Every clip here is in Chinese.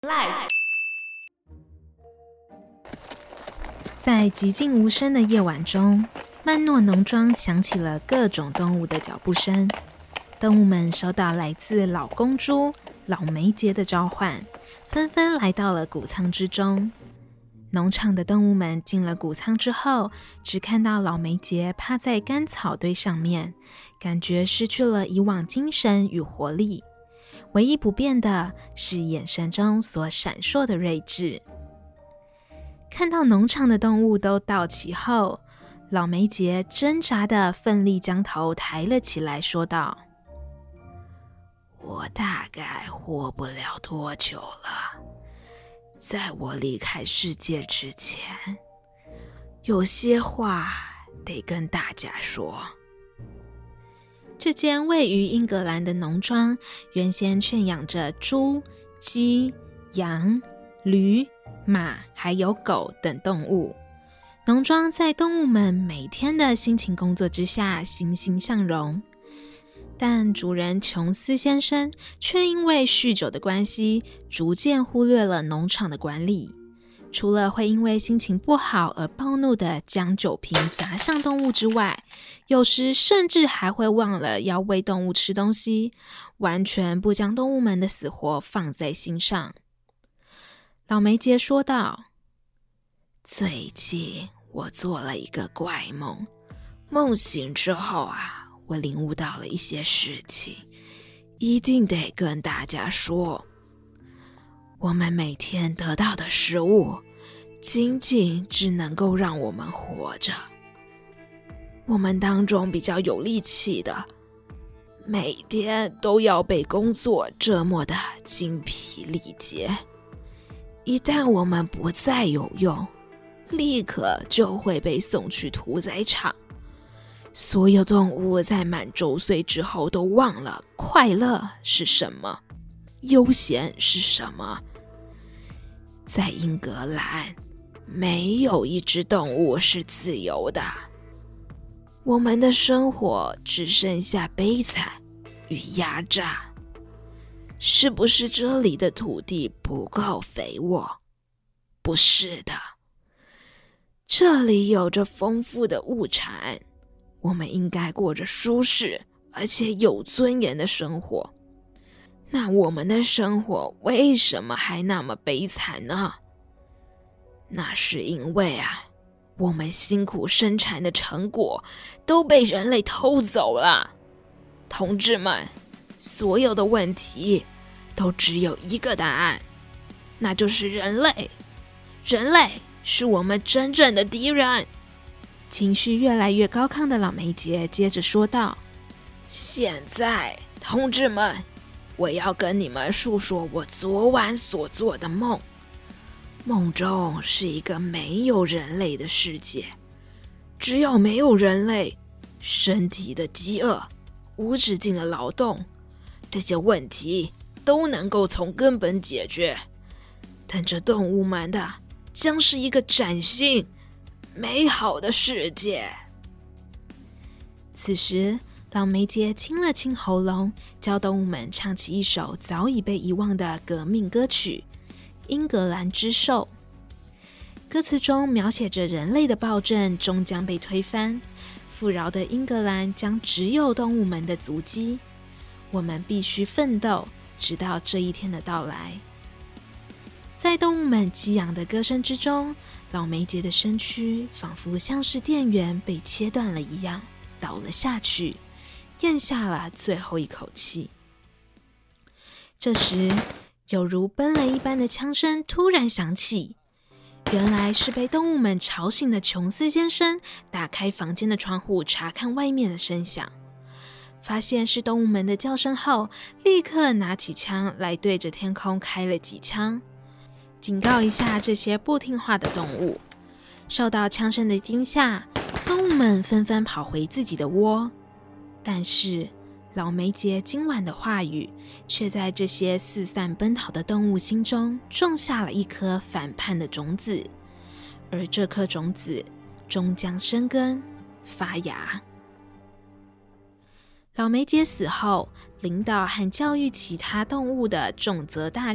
Life。 在寂静无声的夜晚中，曼诺农庄响起了各种动物的脚步声。动物们收到来自老公猪、老梅杰的召唤，纷纷来到了谷仓之中。农场的动物们进了谷仓之后，只看到老梅杰趴在干草堆上面，感觉失去了以往精神与活力。唯一不变的是眼神中所闪烁的睿智。看到农场的动物都到齐后，老梅杰挣扎地奋力将头抬了起来，说道：“ 我大概活不了多久了。在我离开世界之前，有些话得跟大家说。” 这间位于英格兰的农庄，原先圈养着猪、鸡、羊、驴、马还有狗等动物。农庄在动物们每天的辛勤工作之下欣欣向荣，但主人琼斯先生却因为酗酒的关系，逐渐忽略了农场的管理。除了会因为心情不好而暴怒的将酒瓶砸向动物之外，有时甚至还会忘了要喂动物吃东西，完全不将动物们的死活放在心上。老梅杰说道：“ 最近我做了一个怪梦，梦醒之后我领悟到了一些事情，一定得跟大家说。我们每天得到的食物，仅仅只能够让我们活着。我们当中比较有力气的，每天都要被工作折磨得精疲力竭。一旦我们不再有用，立刻就会被送去屠宰场。所有动物在满周岁之后都忘了快乐是什么，悠闲是什么。在英格兰，没有一只动物是自由的。我们的生活只剩下悲惨与压榨。是不是这里的土地不够肥沃？不是的，这里有着丰富的物产，我们应该过着舒适而且有尊严的生活。那我们的生活为什么还那么悲惨呢？那是因为我们辛苦生产的成果都被人类偷走了。同志们，所有的问题都只有一个答案，那就是人类。人类是我们真正的敌人。 情绪越来越高亢的老梅杰接着说道：“ 现在，同志们，我要跟你们述说我昨晚所做的梦。梦中是一个没有人类的世界，只要没有人类，身体的饥饿、无止境的劳动，这些问题都能够从根本解决。等着动物们的将是一个崭新、美好的世界。” 此时，老梅杰清了清喉咙，教动物们唱起一首早已被遗忘的革命歌曲《英格兰之兽》。歌词中描写着人类的暴政终将被推翻，富饶的英格兰将只有动物们的足迹。我们必须奋斗，直到这一天的到来。在动物们激昂的歌声之中，老梅杰的身躯仿佛像是电源被切断了一样，倒了下去，咽下了最后一口气。这时，有如奔雷一般的枪声突然响起，原来是被动物们吵醒的琼斯先生打开房间的窗户查看外面的声响，发现是动物们的叫声后，立刻拿起枪来对着天空开了几枪，警告一下这些不听话的动物。受到枪声的惊吓，动物们纷纷跑回自己的窝，但是老梅杰今晚的话语却在这些四散奔逃的动物心中种下了一颗反叛的种子，而这颗种子终将生根发芽。老梅杰死后，领导和教育其他动物的重责大任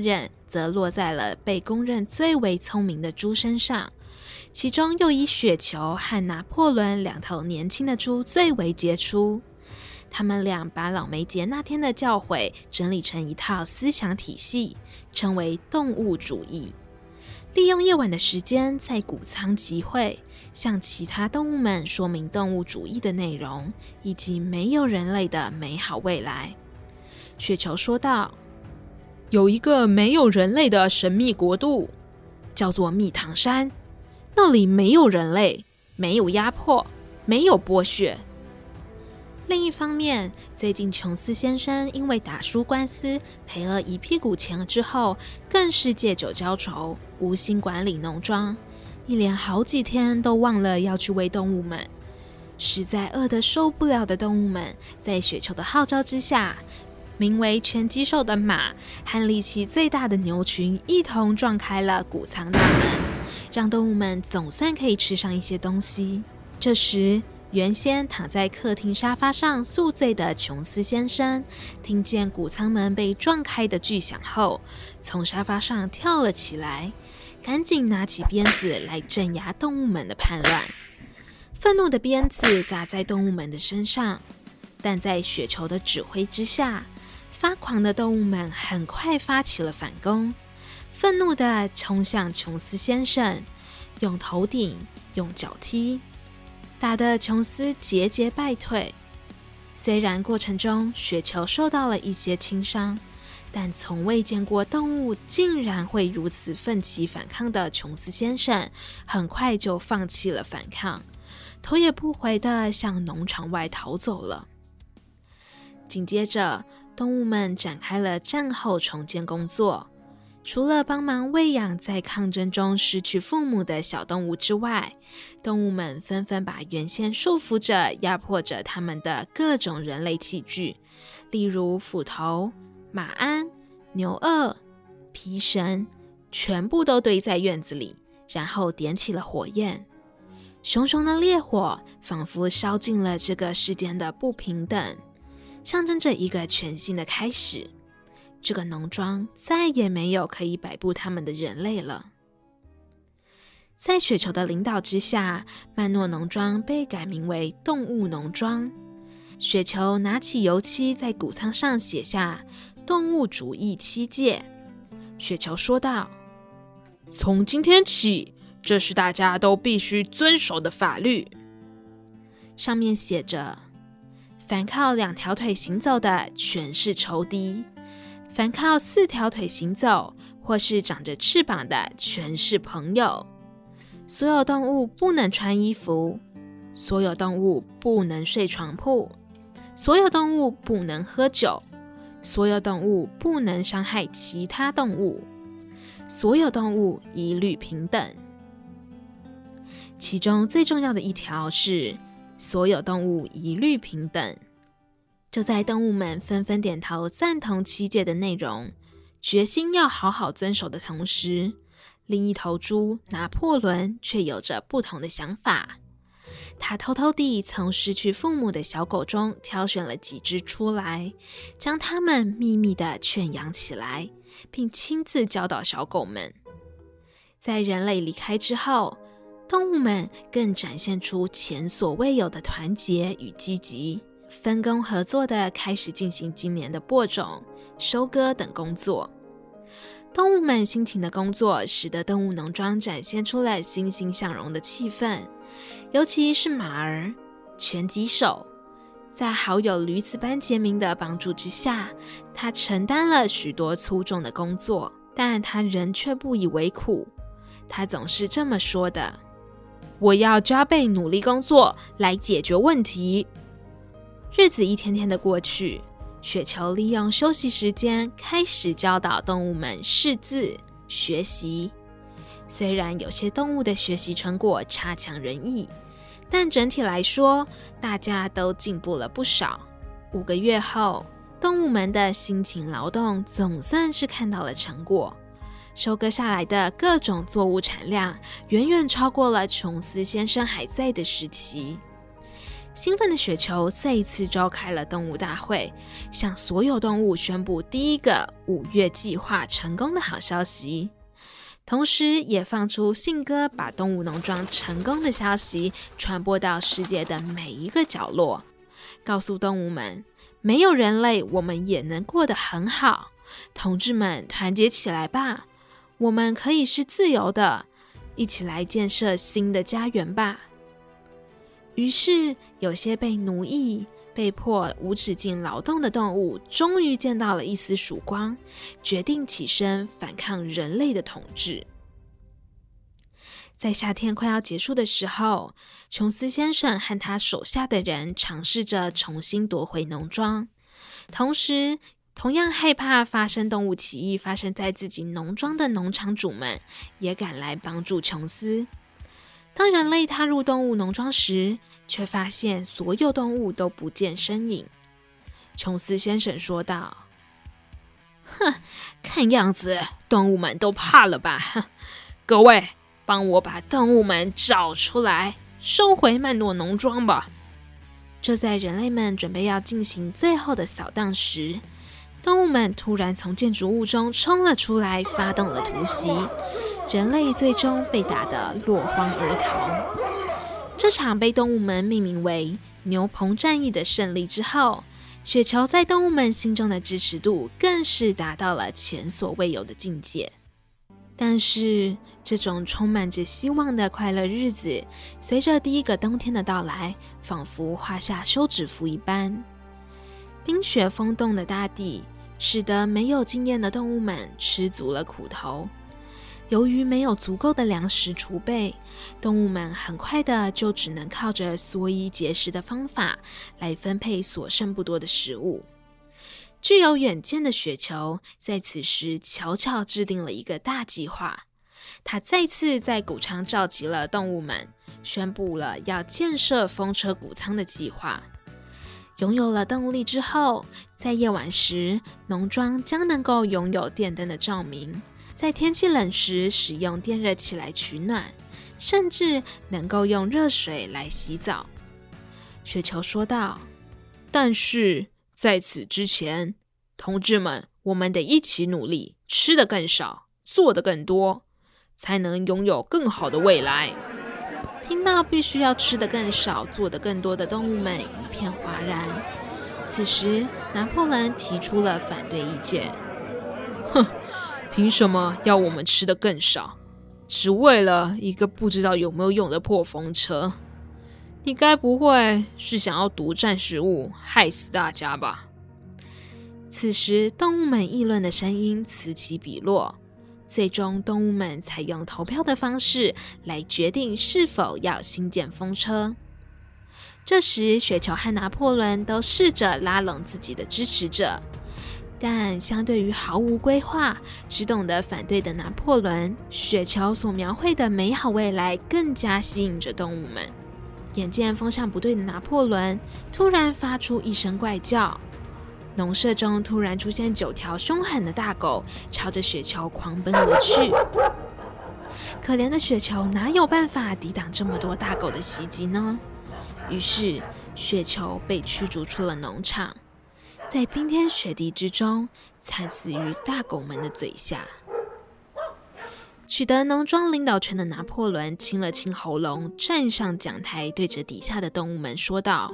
则落在了被公认最为聪明的猪身上，其中又以雪球和拿破仑2头年轻的猪最为杰出。他们俩把老梅节那天的教诲整理成一套思想体系，称为动物主义。利用夜晚的时间在谷仓集会，向其他动物们说明动物主义的内容，以及没有人类的美好未来。雪球说道：有一个没有人类的神秘国度，叫做蜜糖山，那里没有人类，没有压迫，没有剥削。另一方面，最近琼斯先生因为打输官司赔了一屁股钱之后，更是借酒浇愁，无心管理农庄，一连好几天都忘了要去喂动物们。实在饿得受不了的动物们，在雪球的号召之下，名为拳击手的马和力气最大的牛群一同撞开了谷仓大门，让动物们总算可以吃上一些东西。这时，原先躺在客厅沙发上宿醉的琼斯先生，听见谷仓门被撞开的巨响后，从沙发上跳了起来，赶紧拿起鞭子来镇压动物们的叛乱。愤怒的鞭子砸在动物们的身上，但在雪球的指挥之下，发狂的动物们很快发起了反攻，愤怒地冲向琼斯先生，用头顶，用脚踢，打得琼斯节节败退。虽然过程中雪球受到了一些轻伤，但从未见过动物竟然会如此奋起反抗的琼斯先生，很快就放弃了反抗，头也不回地向农场外逃走了。紧接着，动物们展开了战后重建工作，除了帮忙喂养在抗争中失去父母的小动物之外，动物们纷纷把原先束缚着、压迫着他们的各种人类器具，例如斧头、马鞍、牛轭、皮绳，全部都堆在院子里，然后点起了火焰。熊熊的烈火仿佛烧尽了这个世间的不平等，象征着一个全新的开始。这个农庄再也没有可以摆布他们的人类了。在雪球的领导之下，曼诺农庄被改名为动物农庄。雪球拿起油漆在谷仓上写下动物主义7戒。雪球说道：从今天起，这是大家都必须遵守的法律。上面写着：凡靠2条腿行走的全是仇敌，凡靠4条腿行走或是长着翅膀的全是朋友。所有动物不能穿衣服，所有动物不能睡床铺，所有动物不能喝酒，所有动物不能伤害其他动物，所有动物一律平等。其中最重要的一条是所有动物一律平等。就在动物们纷纷点头赞同7戒的内容，决心要好好遵守的同时，另一头猪拿破仑却有着不同的想法。他偷偷地从失去父母的小狗中挑选了几只出来，将它们秘密地圈养起来，并亲自教导小狗们。在人类离开之后，动物们更展现出前所未有的团结与积极，分工合作地开始进行今年的播种、收割等工作。动物们辛勤的工作使得动物农庄展现出了欣欣向荣的气氛，尤其是马儿、拳击手，在好友驴子班杰明的帮助之下，他承担了许多粗重的工作，但他仍却不以为苦。他总是这么说的：我要加倍努力工作来解决问题。日子一天天的过去，雪球利用休息时间开始教导动物们识字、学习。虽然有些动物的学习成果差强人意，但整体来说，大家都进步了不少。5个月后，动物们的辛勤劳动总算是看到了成果。收割下来的各种作物产量远远超过了琼斯先生还在的时期。 兴奋的雪球再一次召开了动物大会，向所有动物宣布第一个5月计划成功的好消息，同时也放出信鸽把动物农庄成功的消息传播到世界的每一个角落，告诉动物们，没有人类我们也能过得很好，同志们团结起来吧，我们可以是自由的，一起来建设新的家园吧。于是有些被奴役、被迫无止境劳动的动物终于见到了一丝曙光，决定起身反抗人类的统治。在夏天快要结束的时候，琼斯先生和他手下的人尝试着重新夺回农庄，同时同样害怕发生动物起义发生在自己农庄的农场主们也赶来帮助琼斯。当人类踏入动物农庄时，却发现所有动物都不见身影。琼斯先生说道：哼，看样子动物们都怕了吧？各位，帮我把动物们找出来，收回曼诺农庄吧。就在人类们准备要进行最后的扫荡时，动物们突然从建筑物中冲了出来，发动了突袭。人类最终被打得落荒而逃。这场被动物们命名为牛棚战役的胜利之后，雪球在动物们心中的支持度更是达到了前所未有的境界。但是这种充满着希望的快乐日子，随着第一个冬天的到来，仿佛画下休止符一般。冰雪封冻的大地，使得没有经验的动物们吃足了苦头。由于没有足够的粮食储备，动物们很快的就只能靠着缩衣节食的方法来分配所剩不多的食物。具有远见的雪球在此时悄悄制定了一个大计划，他再次在谷仓召集了动物们，宣布了要建设风车谷仓的计划。拥有了动力之后，在夜晚时，农庄将能够拥有电灯的照明，在天气冷时使用电热器来取暖，甚至能够用热水来洗澡。雪球说道：但是在此之前，同志们，我们得一起努力，吃得更少，做得更多，才能拥有更好的未来。听到必须要吃得更少，做得更多的动物们一片哗然。此时，拿破仑提出了反对意见。哼，凭什么要我们吃得更少？只为了一个不知道有没有用的破风车？你该不会是想要独占食物，害死大家吧？此时，动物们议论的声音此起彼落。最终，动物们采用投票的方式来决定是否要新建风车。这时，雪球和拿破仑都试着拉拢自己的支持者，但相对于毫无规划、只懂得反对的拿破仑，雪球所描绘的美好未来更加吸引着动物们。眼见风向不对的拿破仑突然发出一声怪叫，农舍中突然出现9条凶狠的大狗，朝着雪球狂奔而去。可怜的雪球哪有办法抵挡这么多大狗的袭击呢？于是，雪球被驱逐出了农场，在冰天雪地之中惨死于大狗们的嘴下。取得农庄领导权的拿破仑清了清喉咙，站上讲台，对着底下的动物们说道：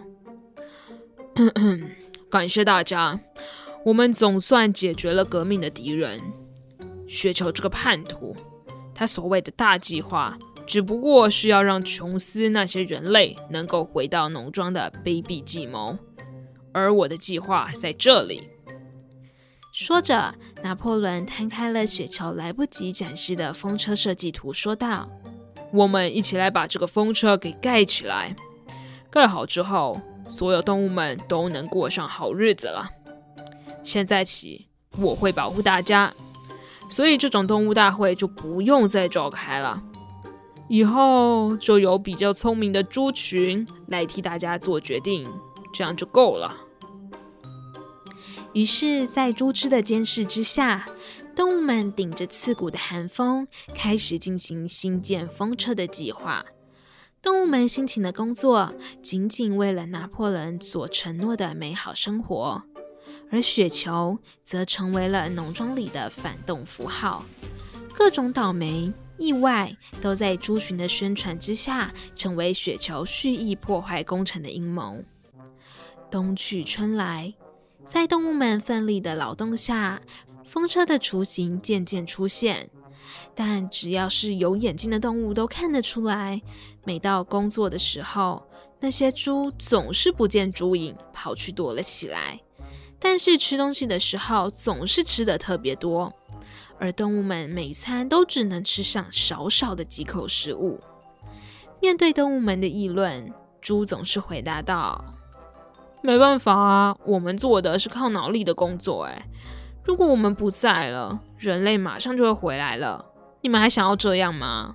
感谢大家，我们总算解决了革命的敌人。雪球这个叛徒，他所谓的大计划，只不过是要让琼斯那些人类能够回到农庄的卑鄙计谋，而我的计划在这里。说着，拿破仑摊开了雪球来不及展示的风车设计图，说道：我们一起来把这个风车给盖起来。盖好之后，所有动物们都能过上好日子了。现在起，我会保护大家，所以这种动物大会就不用再召开了。以后就由比较聪明的猪群来替大家做决定，这样就够了。于是，在猪只的监视之下，动物们顶着刺骨的寒风，开始进行新建风车的计划。 动物们辛勤的工作，仅仅为了拿破仑所承诺的美好生活，而雪球则成为了农庄里的反动符号。各种倒霉、意外都在猪群的宣传之下，成为雪球蓄意破坏工程的阴谋。冬去春来，在动物们奋力的劳动下，风车的雏形渐渐出现。但只要是有眼睛的动物都看得出来，每到工作的时候，那些猪总是不见猪影，跑去躲了起来。但是吃东西的时候，总是吃得特别多，而动物们每餐都只能吃上少少的几口食物。面对动物们的议论，猪总是回答道：没办法啊，我们做的是靠脑力的工作，如果我们不在了，人类马上就会回来了。你们还想要这样吗？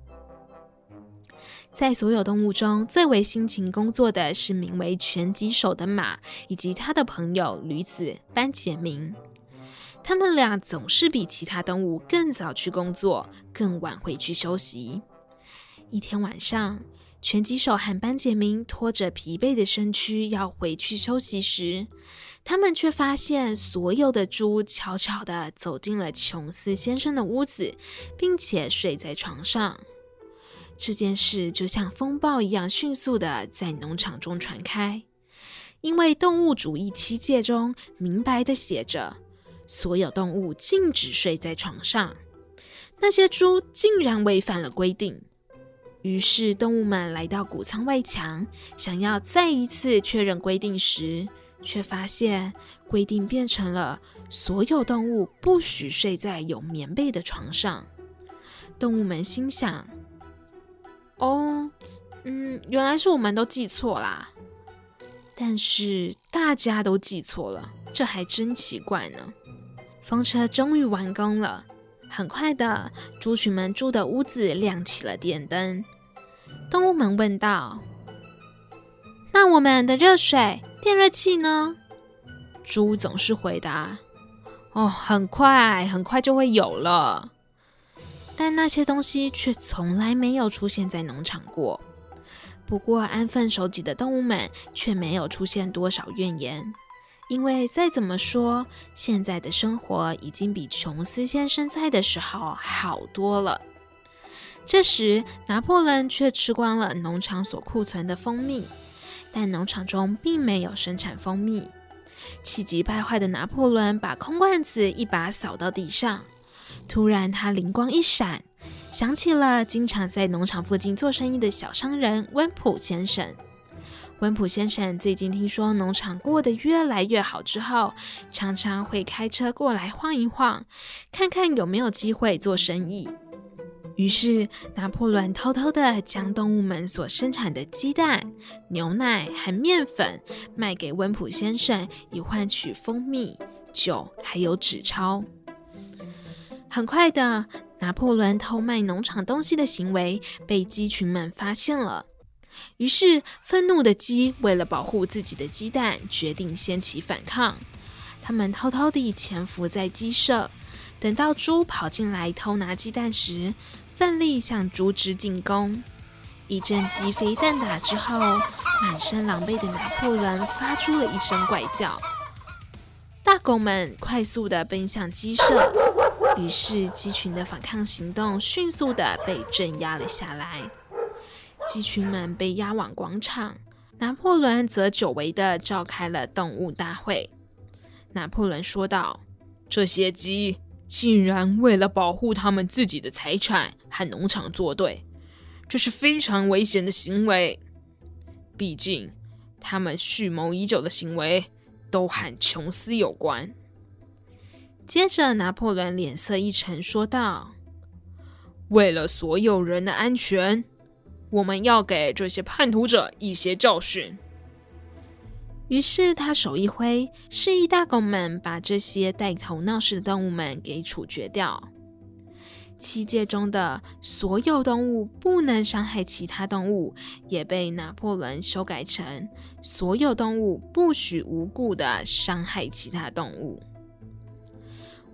在所有动物中，最为辛勤工作的是名为拳击手的马，以及他的朋友驴子班杰明。他们俩总是比其他动物更早去工作，更晚回去休息。一天晚上，拳击手和班杰明拖着疲惫的身躯要回去休息时，他们却发现所有的猪悄悄地走进了琼斯先生的屋子，并且睡在床上。这件事就像风暴一样迅速地在农场中传开，因为动物主义7戒中明白地写着，所有动物禁止睡在床上。那些猪竟然违反了规定。于是动物们来到谷仓外墙，想要再一次确认规定时，却发现规定变成了所有动物不许睡在有棉被的床上。动物们心想：原来是我们都记错啦。但是大家都记错了，这还真奇怪呢。风车终于完工了，很快的，猪群们住的屋子亮起了电灯。动物们问道：那我们的热水、电热器呢？猪总是回答：很快就会有了。但那些东西却从来没有出现在农场过。不过安分守己的动物们却没有出现多少怨言，因为再怎么说，现在的生活已经比琼斯先生在的时候好多了。这时拿破仑却吃光了农场所库存的蜂蜜，但农场中并没有生产蜂蜜。气急败坏的拿破仑把空罐子一把扫到地上，突然他灵光一闪，想起了经常在农场附近做生意的小商人温普先生。温普先生最近听说农场过得越来越好之后，常常会开车过来晃一晃，看看有没有机会做生意。于是拿破仑偷偷地将动物们所生产的鸡蛋、牛奶和面粉卖给温普先生，以换取蜂蜜、酒还有纸钞。很快的，拿破仑偷卖农场东西的行为被鸡群们发现了。于是愤怒的鸡为了保护自己的鸡蛋，决定掀起反抗。他们偷偷地潜伏在鸡舍，等到猪跑进来偷拿鸡蛋时，奋力向猪只进攻。一阵鸡飞蛋打之后，满身狼狈的拿破仑发出了一声怪叫。大狗们快速地奔向鸡舍，于是鸡群的反抗行动迅速地被镇压了下来。鸡群们被押往广场，拿破仑则久违地召开了动物大会。拿破仑说道：这些鸡竟然为了保护他们自己的财产和农场作对，这是非常危险的行为。毕竟他们蓄谋已久的行为都和琼斯有关。接着拿破仑脸色一沉说道：为了所有人的安全，我们要给这些叛徒者一些教训。于是他手一挥，示意大狗们把这些带头闹事的动物们给处决掉。7戒中的所有动物不能伤害其他动物，也被拿破仑修改成所有动物不许无故的伤害其他动物。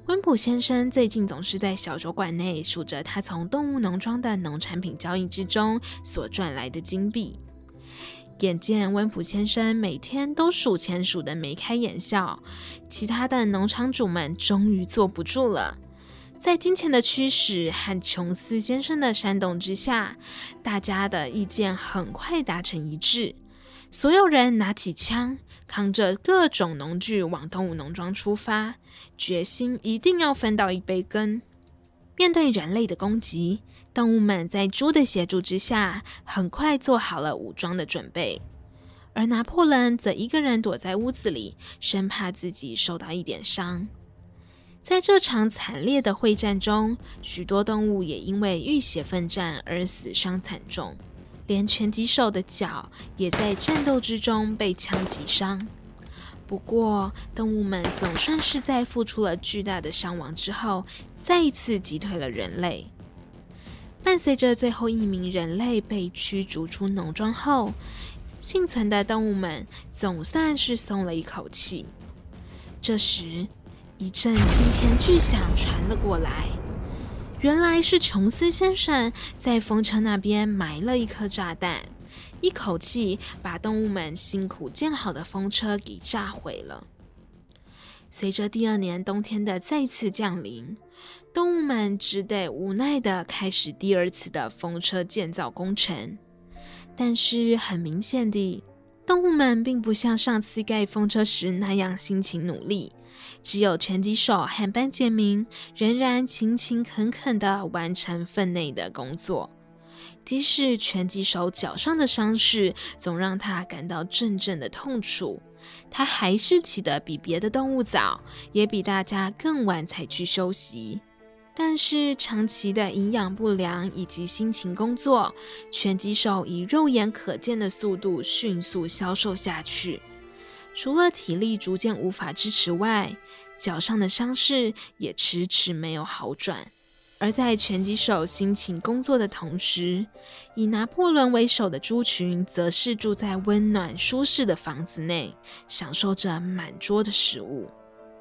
温普先生最近总是在小酒馆内数着他从动物农庄的农产品交易之中所赚来的金币。眼见温普先生每天都数钱数得眉开眼笑，其他的农场主们终于坐不住了。在金钱的驱使和琼斯先生的煽动之下，大家的意见很快达成一致。所有人拿起枪，扛着各种农具往动物农庄出发，决心一定要分到一杯羹。面对人类的攻击，动物们在猪的协助之下，很快做好了武装的准备。而拿破仑则一个人躲在屋子里，生怕自己受到一点伤。在这场惨烈的会战中，许多动物也因为浴血奋战而死伤惨重，连拳击手的脚也在战斗之中被枪击伤。不过，动物们总算是在付出了巨大的伤亡之后，再一次击退了人类。伴随着最后一名人类被驱逐出农庄后，幸存的动物们总算是松了一口气。这时，一阵惊天巨响传了过来，原来是琼斯先生在风车那边埋了一颗炸弹，一口气把动物们辛苦建好的风车给炸毁了。随着第二年冬天的再次降临，动物们只得无奈地开始第二次的风车建造工程。但是很明显地，动物们并不像上次盖风车时那样辛勤努力，只有拳击手和班杰明仍然勤勤恳恳地完成分内的工作。即使拳击手脚上的伤势总让他感到阵阵的痛楚，他还是起得比别的动物早，也比大家更晚才去休息。但是长期的营养不良以及辛勤工作，拳击手以肉眼可见的速度迅速消瘦下去。除了体力逐渐无法支持外，脚上的伤势也迟迟没有好转。而在拳击手辛勤工作的同时，以拿破仑为首的猪群则是住在温暖舒适的房子内，享受着满桌的食物。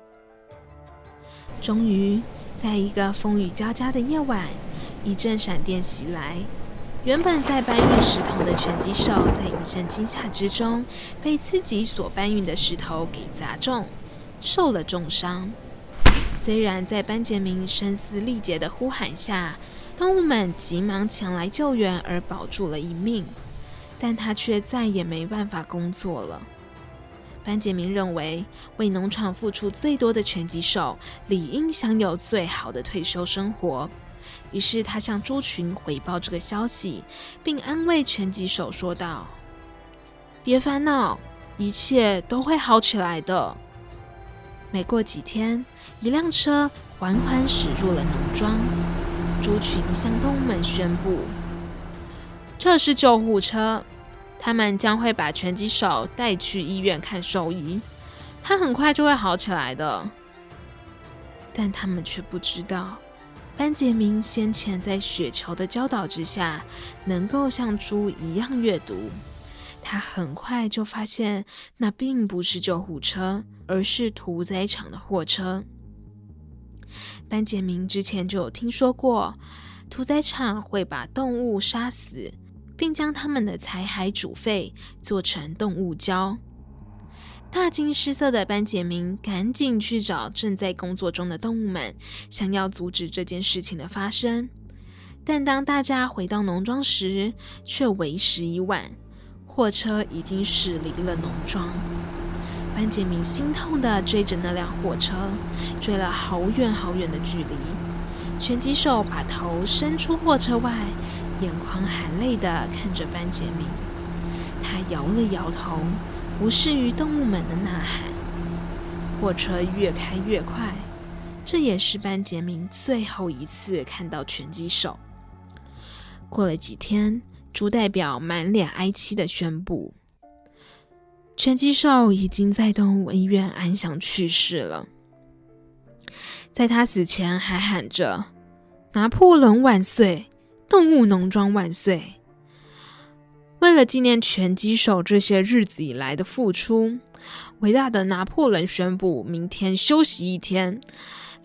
终于在一个风雨交加的夜晚，一阵闪电袭来，原本在搬运石头的拳击手在一阵惊吓之中，被自己所搬运的石头给砸中，受了重伤。虽然在班杰明声嘶力竭的呼喊下，动物们急忙前来救援而保住了一命，但他却再也没办法工作了。班杰明认为，为农场付出最多的拳击手理应享有最好的退休生活，于是他向猪群回报这个消息，并安慰拳击手说道：“别烦恼，一切都会好起来的。”没过几天，一辆车缓缓驶入了农庄，猪群向动物们宣布：“这是救护车，他们将会把拳击手带去医院看兽医，他很快就会好起来的。”但他们却不知道，班杰明先前在雪球的教导之下，能够像猪一样阅读。他很快就发现，那并不是救护车，而是屠宰场的货车。班杰明之前就有听说过，屠宰场会把动物杀死，并将它们的残骸煮沸，做成动物胶。大惊失色的班杰明赶紧去找正在工作中的动物们，想要阻止这件事情的发生。但当大家回到农庄时，却为时已晚，货车已经驶离了农庄。班杰明心痛地追着那辆货车，追了好远好远的距离。拳击手把头伸出货车外，眼眶含泪地看着班杰明。他摇了摇头，无视于动物们的呐喊。货车越开越快，这也是班杰明最后一次看到拳击手。过了几天，猪代表满脸哀戚地宣布，拳击手已经在动物医院安详去世了。在他死前还喊着：“拿破仑万岁，动物农庄万岁！”为了纪念拳击手这些日子以来的付出，伟大的拿破仑宣布明天休息一天，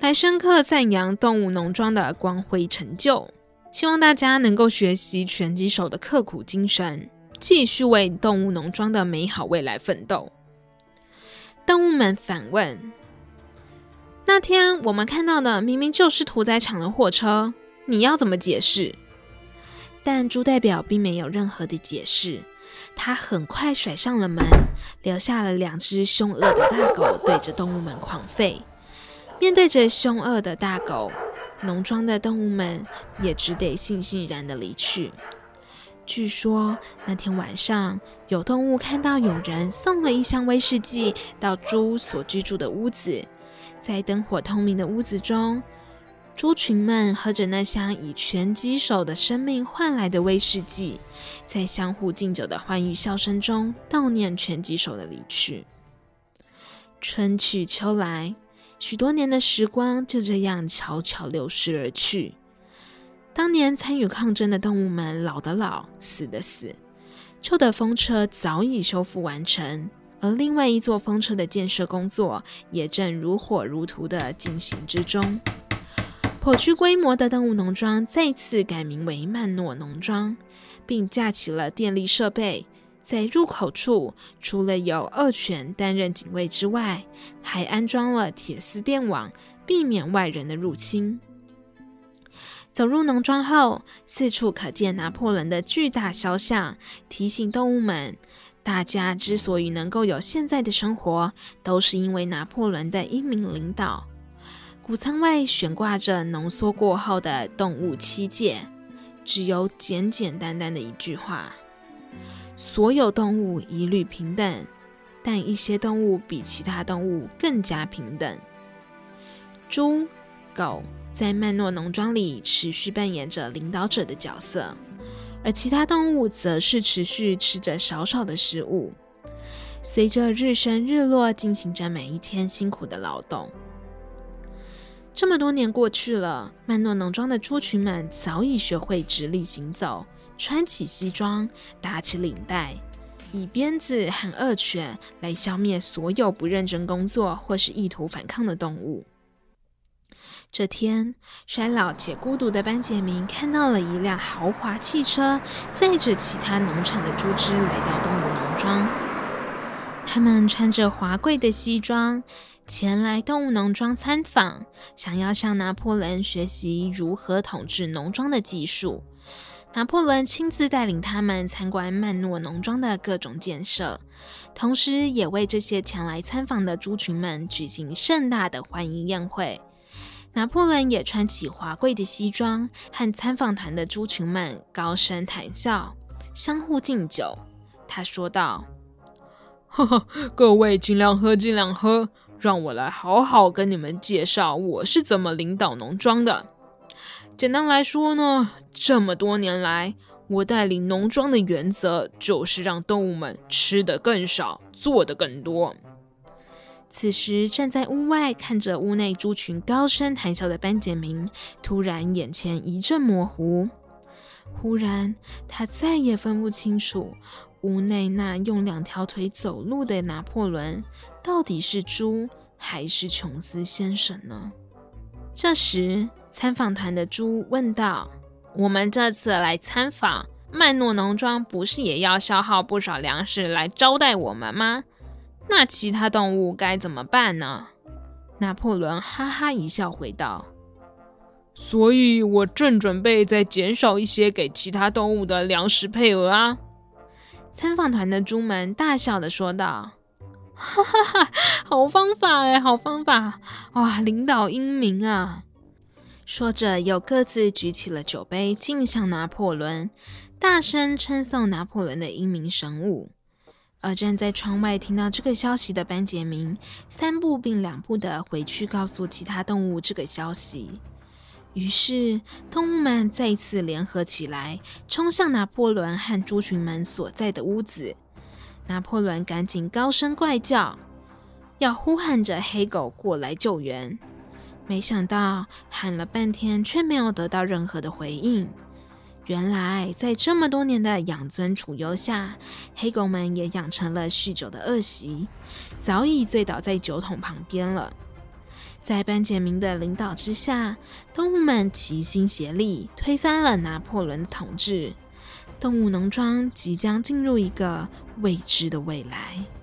来深刻赞扬动物农庄的光辉成就，希望大家能够学习拳击手的刻苦精神，继续为动物农庄的美好未来奋斗。动物们反问：那天我们看到的明明就是屠宰场的货车，你要怎么解释？但猪代表并没有任何的解释，他很快甩上了门，留下了2只凶恶的大狗对着动物们狂吠。面对着凶恶的大狗，农庄的动物们也只得悻悻然地离去。据说那天晚上，有动物看到有人送了1箱威士忌到猪所居住的屋子，在灯火通明的屋子中，猪群们喝着那箱以拳击手的生命换来的威士忌，在相互敬酒的欢愉笑声中悼念拳击手的离去。春去秋来，许多年的时光就这样悄悄流逝而去。当年参与抗争的动物们老的老，死的死，旧的风车早已修复完成，而另外一座风车的建设工作也正如火如荼地进行之中。颇具规模的动物农庄再次改名为曼诺农庄，并架起了电力设备，在入口处除了有2犬担任警卫之外，还安装了铁丝电网，避免外人的入侵。走入农庄后，四处可见拿破仑的巨大肖像，提醒动物们，大家之所以能够有现在的生活，都是因为拿破仑的英明领导。谷仓外悬挂着浓缩过后的动物7戒，只有简简单单的一句话：所有动物一律平等，但一些动物比其他动物更加平等。猪、狗在曼诺农庄里持续扮演着领导者的角色，而其他动物则是持续吃着少少的食物，随着日升日落进行着每一天辛苦的劳动。这么多年过去了，曼诺农庄的猪群们早已学会直立行走，穿起西装，打起领带，以鞭子和恶犬来消灭所有不认真工作或是意图反抗的动物。这天，衰老且孤独的班杰明看到了一辆豪华汽车，载着其他农场的猪只来到动物农庄。他们穿着华贵的西装，前来动物农庄参访，想要向拿破仑学习如何统治农庄的技术。拿破仑亲自带领他们参观曼诺农庄的各种建设，同时也为这些前来参访的猪群们举行盛大的欢迎宴会。拿破仑也穿起华贵的西装，和参访团的猪群们高声谈笑，相互敬酒。他说道：呵呵，各位尽量喝，尽量喝，让我来好好跟你们介绍我是怎么领导农庄的。简单来说呢，这么多年来，我带领农庄的原则就是让动物们吃得更少，做得更多。此时站在屋外看着屋内猪群高声谈笑的班杰明，突然眼前一阵模糊。忽然他再也分不清楚屋内那用2条腿走路的拿破仑到底是猪还是琼斯先生呢？这时参访团的猪问道：我们这次来参访曼诺农庄，不是也要消耗不少粮食来招待我们吗？那其他动物该怎么办呢？拿破仑哈哈一笑回道：所以我正准备再减少一些给其他动物的粮食配额啊。参访团的猪们大笑地说道：哈哈哈，好方法耶，好方法！哇，领导英明啊！说着又各自举起了酒杯敬向拿破仑，大声称颂拿破仑的英明神武。而站在窗外听到这个消息的班杰明3步并2步的回去告诉其他动物这个消息。于是动物们再次联合起来，冲向拿破仑和猪群们所在的屋子。拿破仑赶紧高声怪叫，要呼喊着黑狗过来救援。没想到喊了半天却没有得到任何的回应。原来在这么多年的养尊处优下，黑狗们也养成了酗酒的恶习，早已醉倒在酒桶旁边了。 在班杰明的领导之下，动物们齐心协力推翻了拿破仑的统治。动物农庄即将进入一个未知的未来。